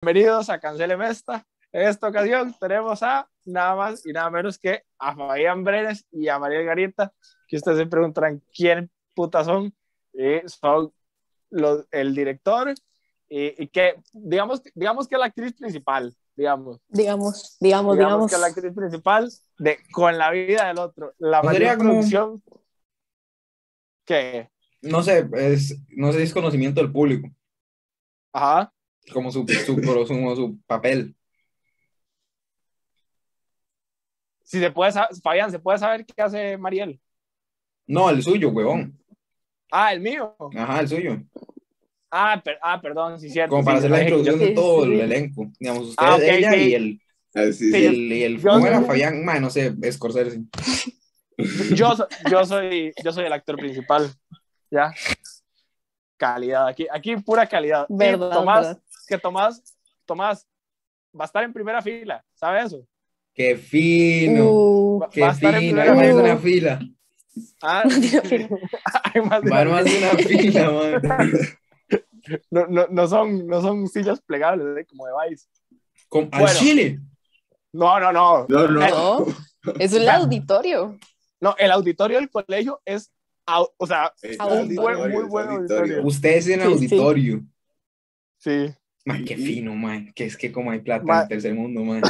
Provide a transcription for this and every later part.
Bienvenidos a Cancéleme Esta. En esta ocasión tenemos a nada más y nada menos que a Fabián Brenes y a Mariel Garita, que ustedes se preguntarán quién putas son. Son el director y que digamos que es la actriz principal, digamos que es la actriz principal de Con la vida del otro, la mayor producción que... No sé, no sé si es conocimiento del público. Ajá. Como su papel. Si se puede saber, Fabián, ¿se puede saber qué hace Mariel? No, el suyo, huevón. Ah, el mío. Ajá, el suyo. Perdón, sí, cierto. Como para hacer la introducción de todo el elenco. Digamos, usted, okay, ella sí. y el ¿cómo era? Fabián, no sé, Scorsese. Yo soy el actor principal. Ya. Calidad, aquí pura calidad. ¿Verdad? Tomás va a estar en primera fila, ¿sabe eso? ¡Qué fino! ¡Qué fino! Hay más de una fila. Hay más de una fila, man. No son sillas plegables, como de Vice. ¿Al Chile? No. Es un auditorio. No, el auditorio del colegio es, o sea, muy buen auditorio. Usted es en auditorio. Sí. Man, qué fino, man. Que es que como hay plata en el tercer mundo, man.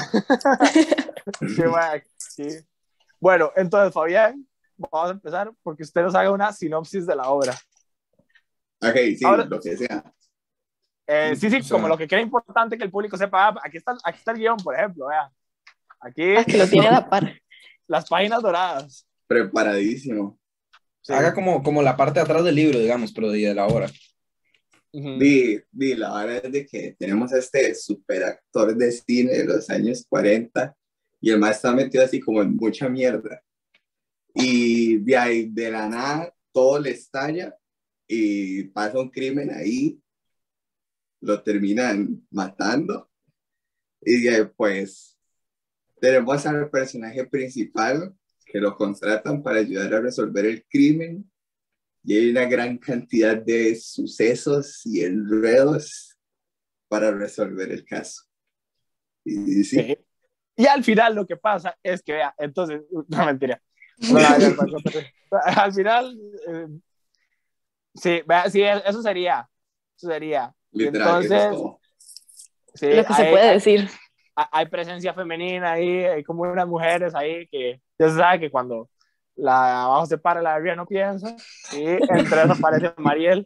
Sí. Bueno, entonces, Fabián, vamos a empezar porque usted nos haga una sinopsis de la obra. Ok, sí, ahora, lo que sea. Sí, como lo que crea importante que el público sepa. Aquí está el guión, por ejemplo, vea. Aquí. Que lo tiene a la par. Las páginas doradas. Preparadísimo. Sí. Haga como la parte de atrás del libro, digamos, pero de la obra. La verdad es de que tenemos a este super actor de cine de los años 40 y el más está metido así como en mucha mierda. Y de ahí, de la nada, todo le estalla y pasa un crimen ahí, lo terminan matando y pues tenemos al personaje principal que lo contratan para ayudar a resolver el crimen y hay una gran cantidad de sucesos y enredos para resolver el caso. Y sí. Y al final lo que pasa es que, vea, entonces, no, mentira. Al final, sí, eso sería. Literal, entonces, eso es todo. Sí, lo que se puede decir. Hay presencia femenina ahí, hay como unas mujeres ahí que ya se sabe que cuando la de abajo se para, la de arriba no piensa, y entre eso aparece Mariel.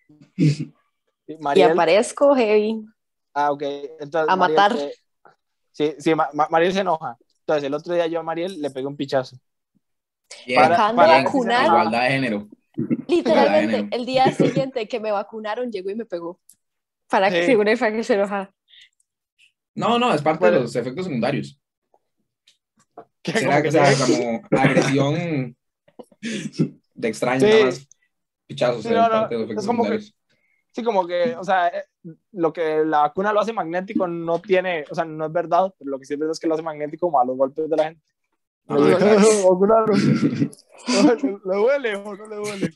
Y aparezco heavy. Ok, entonces a Mariel, matar. Sí, Mariel se enoja. Entonces el otro día yo a Mariel le pegué un pichazo. Para vacunar. Igualdad de género. Literalmente, el día siguiente que me vacunaron, llegó y me pegó. Para que se enojara. No, es parte de los efectos secundarios. ¿Será que sea como agresión de extraño, nada más pichazos? Sí, parte de los efectos secundarios. Sí, como que, o sea, lo que la vacuna lo hace magnético no tiene, o sea, no es verdad, pero lo que sí es verdad es que lo hace magnético como a los golpes de la gente. ¿Le duele o no le duele?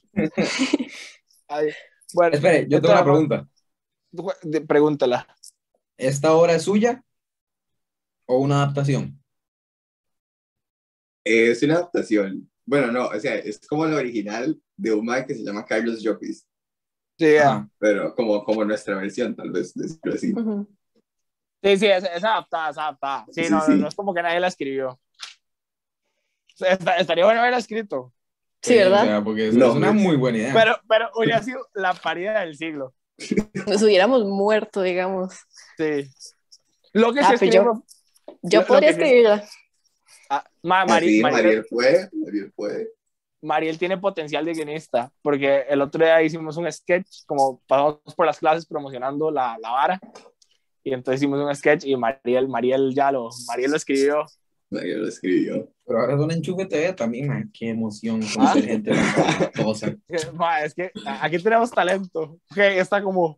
Bueno, espere, yo tengo una pregunta. Pregúntala. ¿Esta obra es suya o una adaptación? Es una adaptación. Bueno, no, o sea, es como la original de un man que se llama Carlos Llopis. Sí, pero como nuestra versión, tal vez, decirlo así. Sí, es adaptada. Sí, no es como que nadie la escribió. Estaría bueno haberla escrito. Sí, ¿verdad? O sea, porque es una muy buena idea. Pero hubiera sido la parida del siglo. Nos hubiéramos muerto, digamos. Sí. Lo que se escribió. Yo podría escribirla. Mariel puede. Mariel tiene potencial de guionista, porque el otro día hicimos un sketch, como pasamos por las clases promocionando la vara, y entonces hicimos un sketch y Mariel lo escribió. Mariel lo escribió. Pero ahora es un enchufe TV también, man. Qué emoción conocer gente tan talentosa. Es que aquí tenemos talento. Okay, está como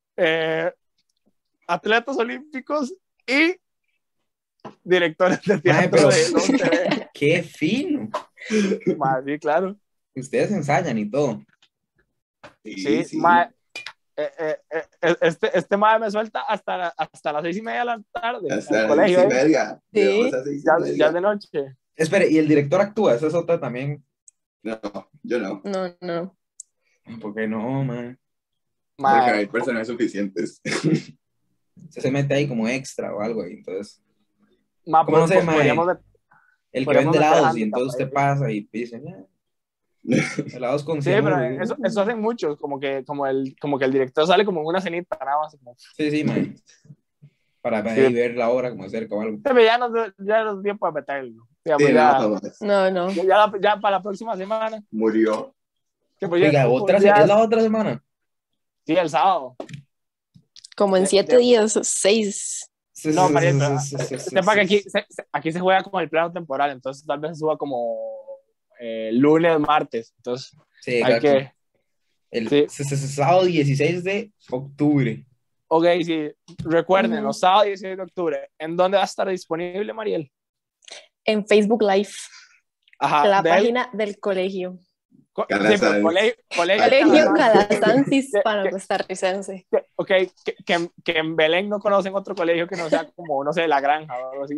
atletas olímpicos y directores de teatro de TV. ¡Qué fino! Sí, claro. Ustedes ensayan y todo. Sí. Este madre me suelta hasta las 6:30 de la tarde. Hasta las 6:30. Sí. Ya es de noche. Espere, ¿y el director actúa? Esa es otra también. No, yo no. No. ¿Por qué no, man? Porque hay personas suficientes. Se mete ahí como extra o algo ahí, entonces. ¿Cómo no sé, man? El que vende helados y entonces usted pasa y dice, helados con sí, pero eso hacen muchos, como que el director sale como en una cenita, nada más. Como... Sí, man. Para ver la obra como cerca o algo. Sí, pero ya no es tiempo de meterlo. Digamos, Sí, no. Ya para la próxima semana. Murió. Oiga, ¿es la otra semana? Sí, el sábado. Como en 7 días, 6. No, María, sepa que aquí se juega con el plano temporal, entonces tal vez se suba como lunes, martes. Entonces, sí, hay que. Sábado 16 de octubre. Ok, sí. Recuerden, los sábados 16 de octubre. ¿En dónde va a estar disponible, Mariel? En Facebook Live. Ajá, la página del colegio. Sí, colegio Calasanz Hispano Costarricense. Ok, que en Belén no conocen otro colegio que no sea como, no sé, La Granja o algo así.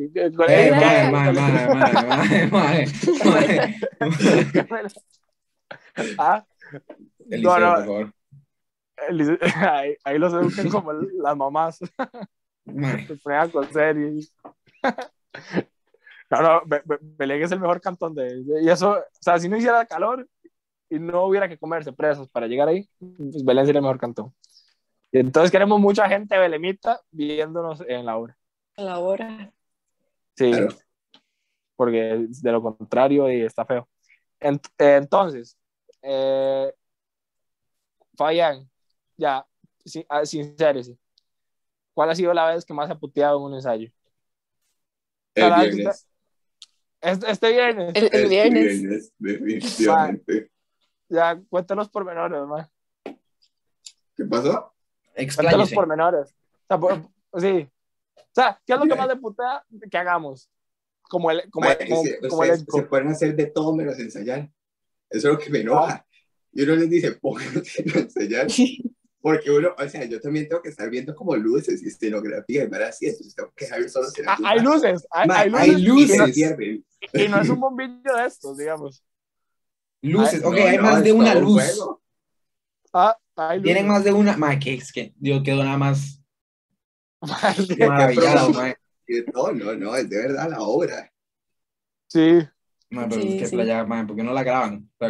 El liceo, por favor. Ahí los educan como las mamás. Se ponen a coser y... No, Belén es el mejor cantón y eso, o sea, si no hiciera calor y no hubiera que comerse presos para llegar ahí, pues Belén sería el mejor cantón. Y entonces queremos mucha gente belemita viéndonos en la obra. En la obra. Sí, claro. Porque de lo contrario está feo. Entonces, Fabián, ya, sincérese, ¿cuál ha sido la vez que más ha puteado en un ensayo? El viernes. Este viernes. El viernes. Definitivamente. Ya, cuéntanos los pormenores, man. ¿Qué pasó? Cuéntanos los pormenores. Sí. O sea, ¿qué es lo que más le putea que hagamos? Se pueden hacer de todo menos ensayar. Eso es lo que me enoja. Y uno les dice, pónganse a ensayar. Porque uno, o sea, yo también tengo que estar viendo como luces y escenografía y para así, entonces tengo que dejar solo hay luces. Hay luces. Y no es un bombillo de estos, digamos. Luces, hay más de una luz. Tienen más de una. Que es que Dios quedó nada más maravillado, No, es de verdad la obra. Sí. Pero es que playa, ¿por qué no la graban? O sea,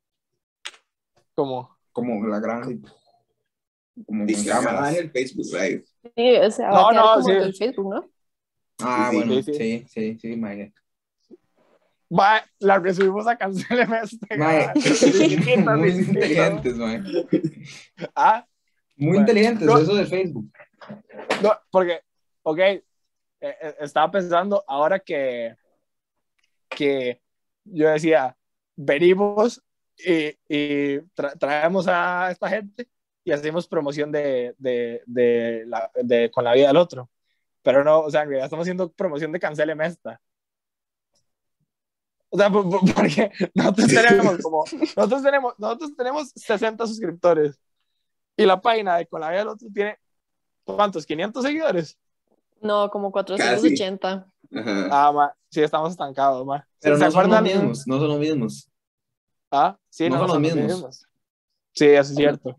como la graban como con cámaras. En el Facebook Live. Sí, o sea, va a quedar como en el Facebook, ¿no? Bueno, sí, Mike. Va, la resubimos a Cancéleme muy inteligentes, man. Muy inteligentes, eso de Facebook. No, porque, estaba pensando ahora que yo decía, venimos y traemos a esta gente y hacemos promoción con la vida del otro. Pero no, o sea, en realidad estamos haciendo promoción de Cancéleme esta. O sea, porque nosotros tenemos 60 suscriptores y la página de Con la vida del otro tiene, ¿cuántos? ¿500 seguidores? No, como 480. Sí, estamos estancados, ma. Pero no son los mismos. Sí, no son los mismos. Sí, eso es cierto.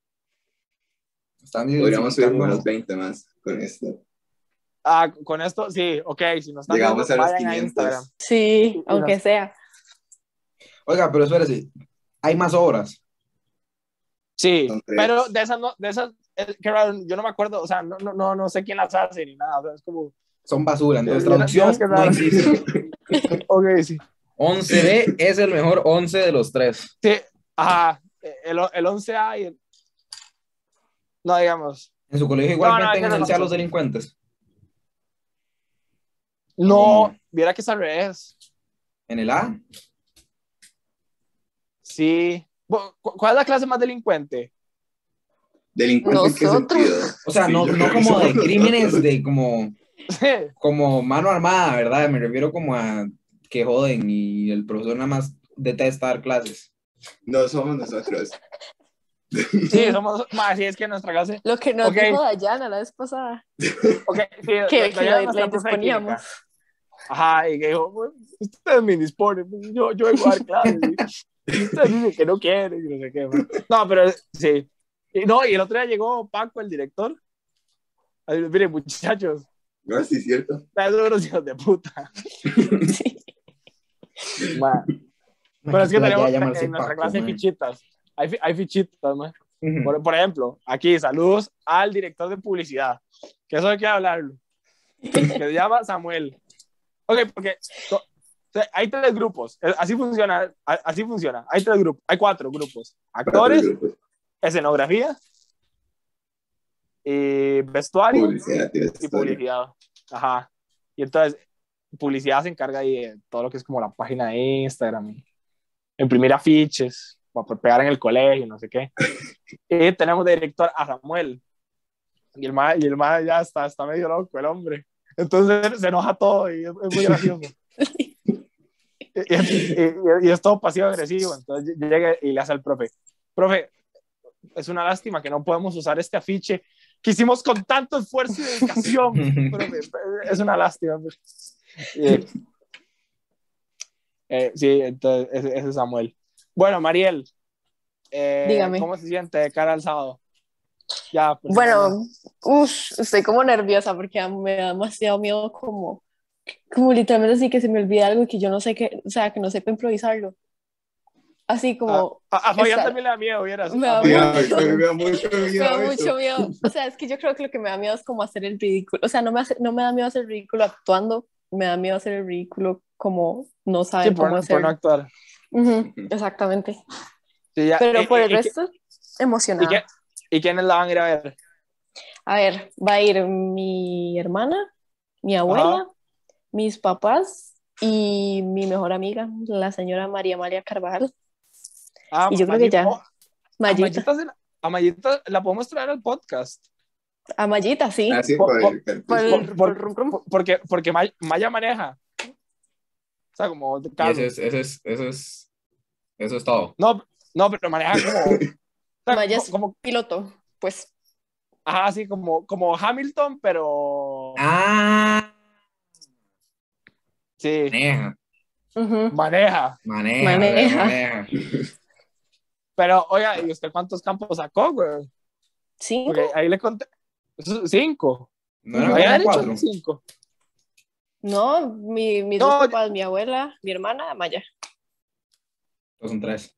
Podríamos subir unos 20 más con esto. Con esto, sí, si nos están llegamos viendo, a los vayan 500. a Instagram. Sí, aunque sea. Oiga, pero espérese, hay más obras. Sí, pero de esas, yo no me acuerdo, o sea, no sé quién las hace ni nada, o sea, es como... Son basura, entonces traducción no existe. Sí. 11B es el mejor 11 de los 3. Sí, el 11A y el... No, digamos... En su colegio igual meten en el C a los delincuentes. No, viera que es al revés. ¿En el A? Sí. ¿Cuál es la clase más delincuente? ¿Delincuente en qué sentido? O sea, no como de crímenes de como mano armada, ¿verdad? Me refiero como a que joden y el profesor nada más detesta dar clases. No somos nosotros. Sí, somos más, sí, es que en nuestra clase. Lo que nos dijo Dayana la vez pasada. Ok, sí, que Dayana le disponíamos. Ajá, y que dijo, bueno, ustedes me disponen, yo vengo a dar clases, y ustedes dicen que no quieren, y no sé qué, man. No, pero sí. Y el otro día llegó Paco, el director. Así, miren, muchachos. No, sí, es cierto. Ustedes son unos hijos de puta. Sí. Man. Pero es que tenemos en nuestra Paco, clase man. fichitas. Hay fichitas, man. Uh-huh. Por ejemplo, aquí, saludos al director de publicidad, que eso hay que hablarlo, que se llama Samuel. Ok, porque hay 3 grupos, así funciona, hay 3 grupos, hay 4 grupos, actores, escenografía, vestuario publicidad, y publicidad. Ajá. Y entonces, publicidad se encarga de todo lo que es como la página de Instagram, imprimir afiches, para pegar en el colegio, no sé qué. Y tenemos de director a Samuel. Y el mae ya está medio loco, el hombre. Entonces se enoja todo y es muy gracioso. y es todo pasivo-agresivo. Entonces llega y le hace al profe, es una lástima que no podemos usar este afiche que hicimos con tanto esfuerzo y dedicación. Profe, es una lástima. Sí, entonces ese es Samuel. Bueno, Mariel, dígame. ¿cómo se siente de cara al sábado? Ya, bueno, estoy como nerviosa porque me da demasiado miedo como literalmente así que se me olvida algo y que yo no sé que, o sea, que no sepa improvisarlo. Así como... A Fabián también le da miedo, ¿vieras? Me da mucho miedo. O sea, es que yo creo que lo que me da miedo es como hacer el ridículo. O sea, no me da miedo hacer el ridículo actuando, me da miedo hacer el ridículo como no saber cómo hacerlo. Por no actuar. Exactamente. Sí, ya. Pero por el resto, emocionada. ¿Y quiénes la van a ir a ver? A ver, va a ir mi hermana, mi abuela, mis papás y mi mejor amiga, la señora María Amalia Carvajal. Y yo creo que ya. A Mayita la podemos traer al podcast. A Mayita, sí. Así porque Maya maneja. O sea, como Carlos. Eso es todo. No, pero maneja como... Maya es como piloto, pues. Ajá, sí, como Hamilton, pero... Sí. Maneja. Pero, oiga, ¿y usted cuántos campos sacó, güey? 5. Porque ahí le conté. 5. No eran 4. 5. No, mis dos papás, mi abuela, mi hermana, Maya. Son 3.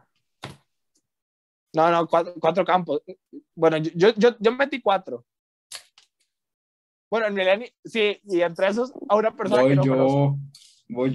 No, 4 campos. Bueno, yo metí 4. Bueno, en Mileni, sí, y entre esos a una persona que no conozco. Voy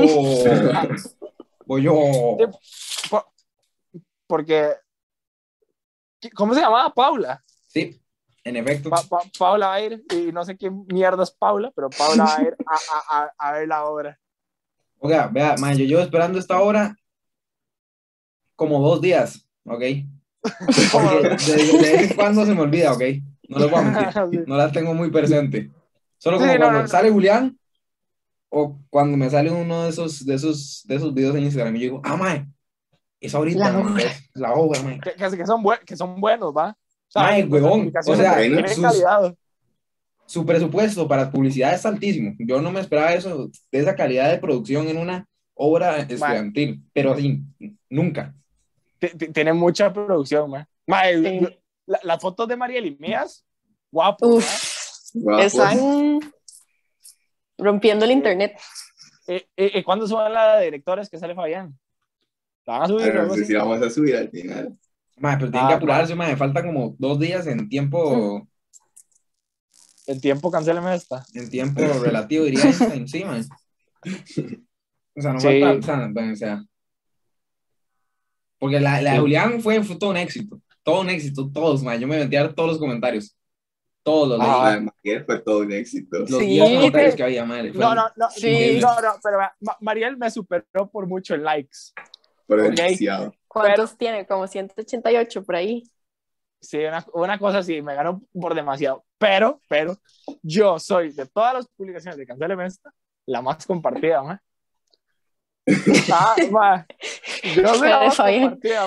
yo. Sí, porque, ¿cómo se llamaba? Paula. Sí, en efecto. Paula va a ir, y no sé qué mierda es Paula, pero Paula va a ir a ver la obra. Oiga, vea, man, yo llevo esperando esta obra como 2 días, ¿ok? Porque de vez en cuando se me olvida, ¿ok? No les voy a mentir, no la tengo muy presente. Solo como cuando sale Julián, o cuando me sale uno de esos videos en Instagram y yo digo, mae, es ahorita, la obra, mae. Que son buenos, ¿va? O sea, mae, huevón, o sea, su presupuesto para publicidad es altísimo. Yo no me esperaba eso, de esa calidad de producción en una obra estudiantil, pero así, nunca. Tiene mucha producción, man. Sí. Las fotos de Mariel y mías, guapos. Están rompiendo el internet. ¿Y cuándo suban la de directores que sale Fabián? ¿La van a subir? No sé si vamos a subir al final. Pero tienen que apurarse, me falta como 2 días en tiempo. En tiempo, cancéleme esta. En tiempo relativo, diría Einstein, sí, man. O sea, no falta, o sea. Porque la de Julián fue todo un éxito. Todo un éxito, todos, man. Yo me metí a todos los comentarios. Todos los leí. Mariel fue todo un éxito. Los 10 comentarios que había, madre. No, pero Mariel me superó por mucho en likes. Por demasiado. ¿Cuántos tiene? Como 188 por ahí. Sí, una cosa así, me ganó por demasiado. Pero, yo soy de todas las publicaciones de Cancéleme Esta, la más compartida, man. Yo soy la más compartida, man.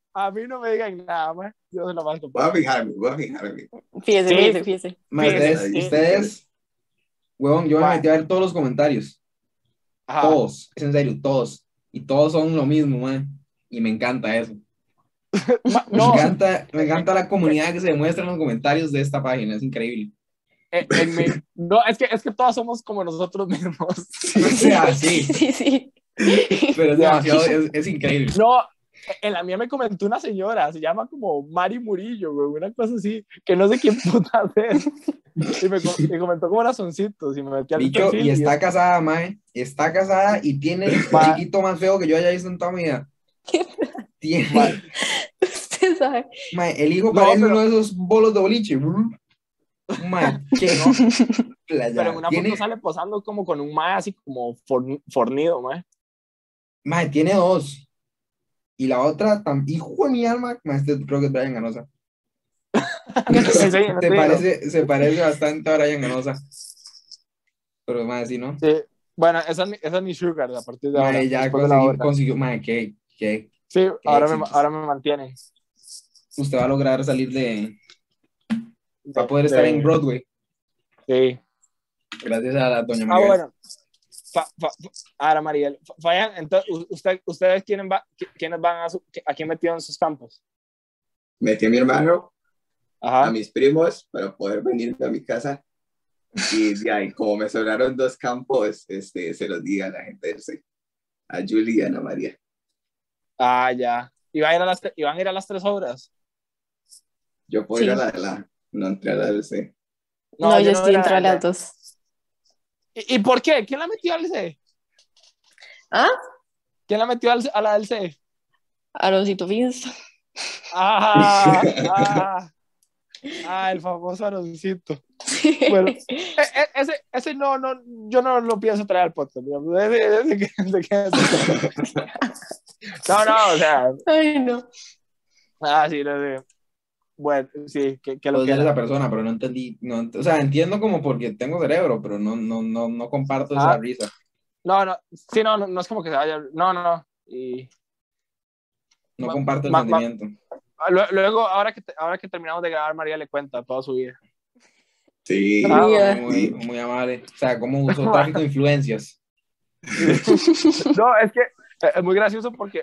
A mí no me digan nada, más. Yo soy lo más Voy a fijarme. Fíjese. Ustedes, huevón, yo me metí a ver todos los comentarios. Ajá. Todos, es en serio, todos. Y todos son lo mismo, man. Y me encanta eso. No, Me encanta la comunidad que se demuestra en los comentarios de esta página, es increíble. no, es que todos somos como nosotros mismos. O sea, sí. Pero es demasiado, es increíble. No, en la mía me comentó una señora, se llama como Mari Murillo, güey, una cosa así, que no sé quién puta es. Y me comentó como razoncitos y me metí al Bicho, perfil. y está casada, mae. Está casada y tiene el chiquito más feo que yo haya visto en toda mi vida. Tiene. Usted sabe. Mae, el hijo parece uno de esos bolos de boliche. Mae, ¿qué no? Pero en una foto sale posando como con un mae así como fornido, mae. Mae, tiene 2. Y la otra, hijo de mi alma, mae, este creo que es Brian Ganosa. Se parece bastante a Brian Ganosa. Pero mae, sí, ¿no? Sí. Bueno, esa es mi sugar a partir de mae, ahora. Ya consiguió, mae, ¿qué? Sí, ahora me mantienen. Usted va a lograr salir va a poder estar en Broadway. Sí. Gracias a doña María. Bueno. Ahora, Mariel, entonces, ¿ustedes quiénes van a quién metió en sus campos? Metí a mi hermano, Ajá. a mis primos, para poder venir a mi casa. Y de ahí, como me sobraron 2 campos, se los di a la gente del C, a Julie y a Ana María. Ah, ya. ¿Iban a ir a las 3 obras? Yo puedo ir a la de la, no entré a la del C. No, yo estoy entre las 2. ¿Y por qué? ¿Quién la metió al C? ¿Ah? ¿Quién la metió a la del C? Aaroncito Fins. El famoso Aaroncito. Bueno, ese no, yo no lo pienso traer al podcast. No, o sea. Ay, no. Sí, no sé. Bueno, sí, que lo que era esa persona, pero no entendí, o sea, entiendo como porque tengo cerebro, pero no comparto esa risa. No, es como que se vaya, y no comparto el sentimiento. Luego, ahora que terminamos de grabar, María le cuenta toda su vida. Sí. Muy amable. O sea, cómo usó tráfico de influencias. No, es que es muy gracioso porque,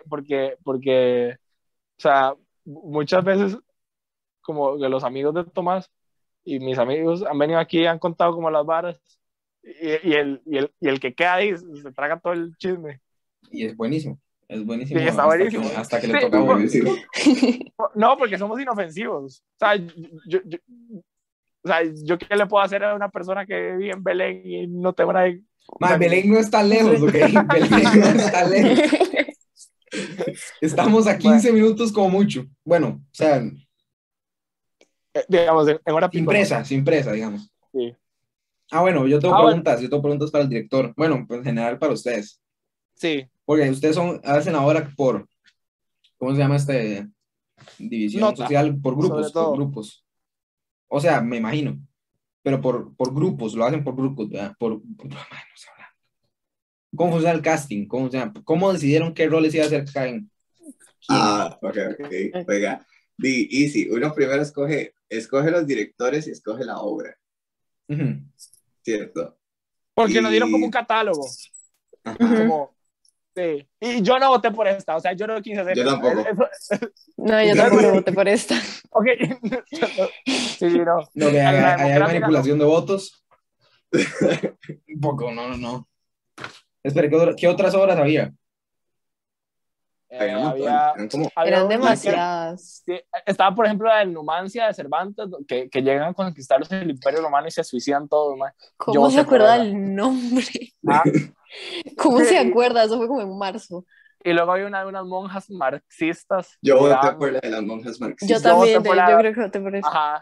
o sea, muchas veces como que los amigos de Tomás y mis amigos han venido aquí y han contado como las varas y el que queda ahí se traga todo el chisme. Y es buenísimo. Es buenísimo. Sí, está buenísimo. Hasta que le toca buenísimo. No, porque somos inofensivos. O sea, yo qué le puedo hacer a una persona que vive en Belén y no tengo nadie. Belén no está lejos, ¿ok? Belén no está lejos. Estamos a 15 minutos como mucho. Bueno, o sea, digamos, en hora pico. Sin presa, digamos. Sí. Bueno, yo tengo preguntas para el director. Bueno, pues en general para ustedes. Sí. Porque ustedes hacen ahora por, ¿cómo se llama división social? Por grupos. O sea, me imagino. Pero por grupos, lo hacen por grupos, ¿verdad? ¿Cómo funciona el casting? ¿Cómo decidieron qué roles iba a hacer cada quien? Ok. Oiga, easy. Uno primero escoge los directores y escoge la obra. ¿Cierto? Porque nos dieron como un catálogo. Como, sí. Y yo no voté por esta, o sea, yo no quise hacer. Yo tampoco. No, yo tampoco voté por esta. Ok. Sí, no. No, que hay manipulación de votos. Un poco, no. Espera, ¿qué otras obras había? Eran demasiadas. Sí, estaba, por ejemplo, la de Numancia de Cervantes, que llegan a conquistar el Imperio Romano y se suicidan todos, man. ¿Cómo se acuerda el nombre? ¿Cómo se acuerda? Eso fue como en marzo. Y luego había unas monjas marxistas. Yo voté por la de las monjas marxistas. Yo también, yo creo que voté por eso. Ajá.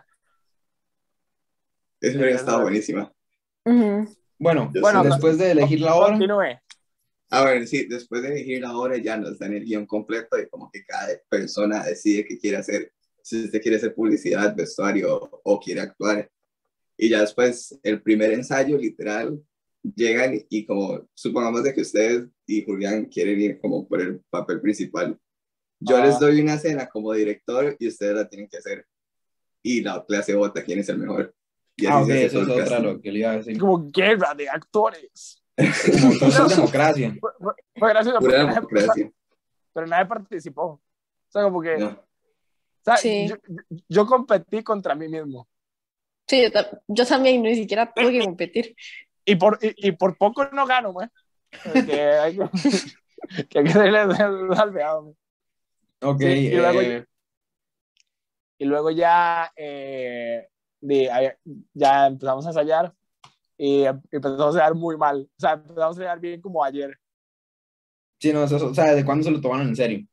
Esa estaba buenísima. Bueno, después de elegir la obra. Continúe. Bueno, sí, después de elegir la obra ya nos dan el guión completo y como que cada persona decide qué quiere hacer. Si usted quiere hacer publicidad, vestuario o quiere actuar. Y ya después, el primer ensayo, literal, llegan y como supongamos de que ustedes y Julián quieren ir como por el papel principal, Yo les doy una cena como director y ustedes la tienen que hacer. Y la clase vota quién es el mejor. Y así Ok, se hace eso todo es el otra casting. lo que le iba a decir. Como guerra de actores. Como todo eso es democracia. Fue gracioso porque Pura democracia. pero nadie participó. O sea, como que, No. o sea, Sí. yo competí contra mí mismo. Sí, yo también ni siquiera tuve que competir. Y por poco no gano, güey. Que hay que serle al veado. Ok, Sí, y luego ya, ya empezamos a ensayar y empezamos a ensayar muy mal. O sea, empezamos a ensayar bien como ayer. sí, no, o sea, ¿de cuándo se lo tomaron en serio?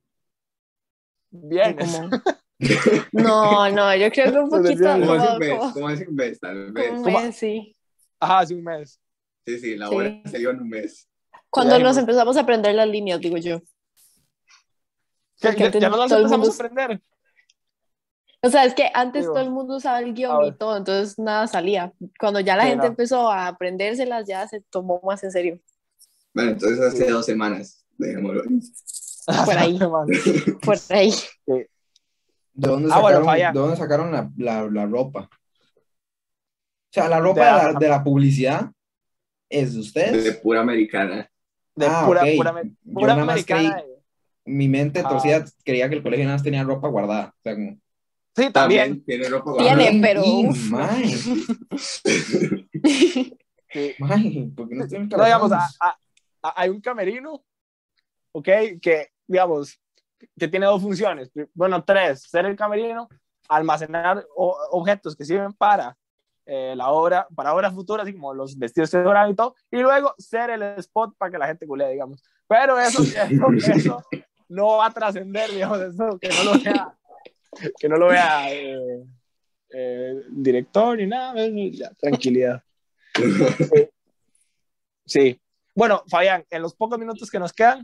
Viernes. No, yo creo que un poquito ¿Cómo hace un como, mes? como, ¿Cómo hace un mes? Tal vez. como un mes, sí. Ajá, hace un mes. Sí, la Sí. obra salió en un mes. Cuando Ya, nos pues, empezamos a aprender las líneas, digo yo. Porque ya antes no las todo el empezamos mundo, a aprender. o sea, es que antes Digo, todo el mundo usaba el guión y ahora, todo, entonces nada salía. Cuando ya la sí, gente no. empezó a aprendérselas, ya se tomó más en serio. Bueno, entonces hace Sí. 2 semanas, dejémoslo. Por ahí, Man. por ahí. Sí. ¿De dónde Ah, bueno, sacaron, Fabián. ¿de dónde sacaron la ropa? O sea, la De ropa la, de la publicidad es de De ustedes. pura americana. de Ah, ok. Yo pura nada más americana. creí, mi mente Ajá. torcida creía que el colegio nada más tenía ropa guardada. O sea, como, Sí, también. También tiene ropa Tiene, guardada. pero y, uf, no. mae, Sí. mae, ¿por qué no estoy en No, digamos, calzones? hay un camerino, ¿ok? Que, digamos, que tiene dos funciones. Bueno, tres. Ser el camerino, almacenar objetos que sirven para la obra, para obras futuras, así como los vestidos que sobran y todo. Y luego ser el spot para que la gente culé, digamos. Pero eso no va a trascender, digamos, eso, que no lo vea director ni nada. Ya, tranquilidad. Sí. Bueno, Fabián, en los pocos minutos que nos quedan,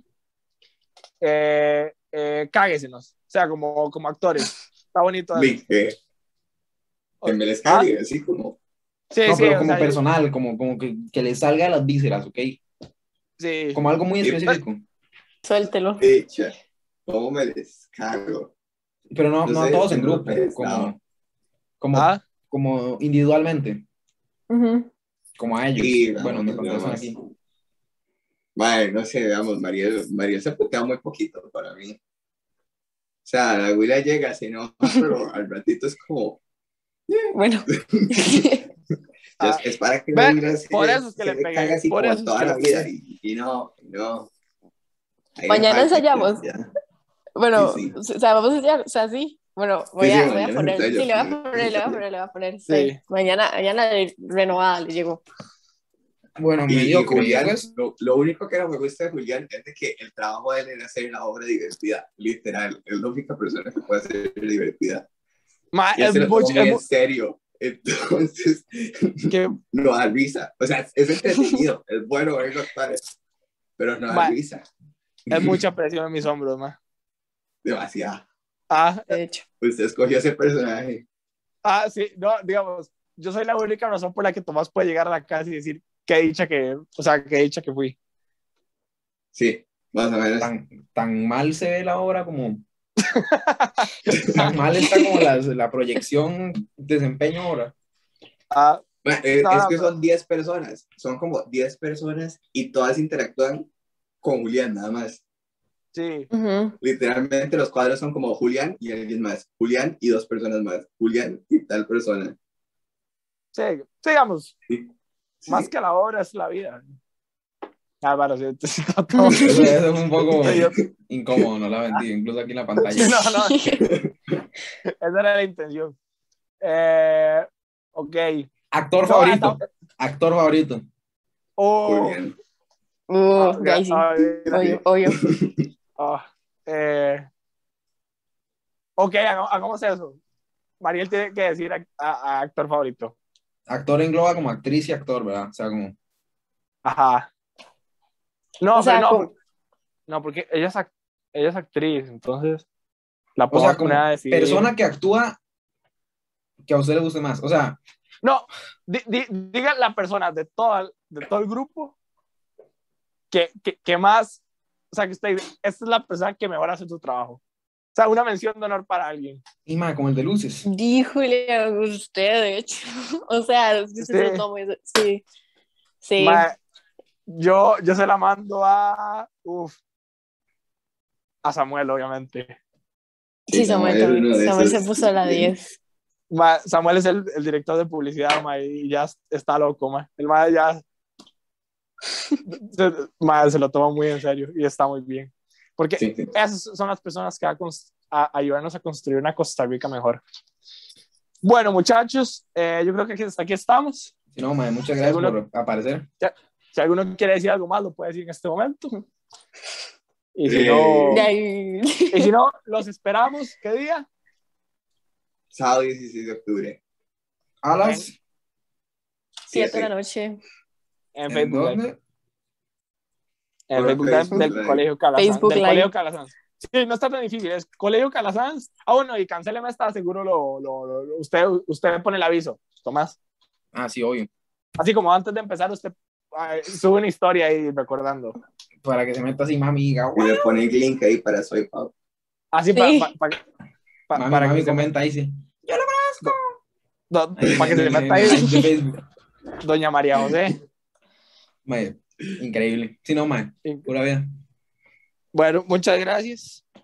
cáguesenos. O sea, como actores. Está bonito eso. Que me les ¿Ah? cague, así como. Sí, No, sí, pero o como sea, personal, como que le salga de las vísceras, ¿ok? sí. Como algo muy Sí. específico. Suéltelo. Dicha, ¿cómo me les cago? Pero no, No no a sé, todos en siendo grupo, pesado. como individualmente, Ujú. como a ellos. Y Bueno, me contestan vamos. aquí. Vale, no sé, veamos, Mariel se putea muy poquito para mí. O sea, la güila llega, si no, pero al ratito es como. Bueno. Es para que la Ve, güila por eso es que se le le caga pegué. así Por como eso es toda que le la vida. pegué. Y no. Ahí le Mañana falta, ensayamos. ya. Bueno, Sí. o sea, vamos a ensayar, o sea, sí. Bueno, voy a Mañana poner, ensayo. sí, le voy a poner. Sí. Sí. Mañana renovada le llegó. Bueno, Y mediocre, Julián, pues. lo único que no me gusta de Julián es de que el trabajo de él era hacer la obra divertida, literal. Es la única persona que puede hacer divertida. Y él se lo toma muy en serio. Entonces, no da risa. O sea, es entretenido, es bueno verlo actuar, pero no da risa. Es mucha presión en mis hombros, ma. Demasiado. De hecho. Usted escogió ese personaje. Sí, no, digamos, yo soy la única razón por la que Tomás puede llegar a la casa y decir qué dicha que fui. Sí, más o menos. Tan mal se ve la obra como... tan mal está como la proyección, desempeño ahora. Bueno, es que son 10 personas, son como 10 personas y todas interactúan con Julián nada más. Sí. Literalmente los cuadros son como Julián y alguien más, Julián y 2 personas más, Julián y tal persona. Sí, digamos, sí. Más que la obra es la vida. Bueno, sí, todo. Eso es un poco incómodo, no la mentí, incluso aquí en la pantalla. No. Esa era la intención. Ok. Actor favorito. Actor favorito. Julián. Ya sí. Obvio. Ok, hagamos eso. Mariel tiene que decir a actor favorito. Actor engloba como actriz y actor, ¿verdad? O sea, como... Ajá. No, o sea, pero no, porque ella es actriz, entonces la o sea, podemos como poner a decir. persona que actúa que a usted le guste más. O sea... No, diga la persona de todo el grupo que más sea, que usted dice, esta es la persona que mejor hace su trabajo. O sea, una mención de honor para alguien. Y mae, como el de luces. Díjole a usted, de hecho. O sea, es que Sí. se lo tomo. Sí. Sí. Mae, yo se la mando a Samuel, obviamente. Sí, Samuel también. Samuel se puso a la 10. Samuel es el director de publicidad, mae, y ya está loco, mae. El mae ya se lo toma muy en serio y está muy bien. Porque Sí. esas son las personas que van a ayudarnos a construir una Costa Rica mejor. Bueno, muchachos, yo creo que hasta aquí estamos. Si no, mae, muchas gracias por aparecer. Si alguno quiere decir algo más, lo puede decir en este momento. Y si no, los esperamos. ¿Qué día? Sábado 16 de octubre. A las 7 de la noche. En Facebook Live. ¿dónde? En Facebook Live del Colegio Calasanz. Facebook del Live. Colegio Calasanz. Sí, no está tan difícil. Es Colegio Calasanz. Bueno, y cancéleme esta, seguro usted pone el aviso, Tomás. Ah, sí, obvio. Así como antes de empezar, usted sube una historia ahí recordando. Para que se meta así, mami, diga, Y le pone el link ahí para Soy Pau. Así Sí. para mami que comenta ahí, sí. para que se meta ahí de Facebook. doña María José. Mae, increíble. Si no, mae, pura vida. Bueno, muchas gracias.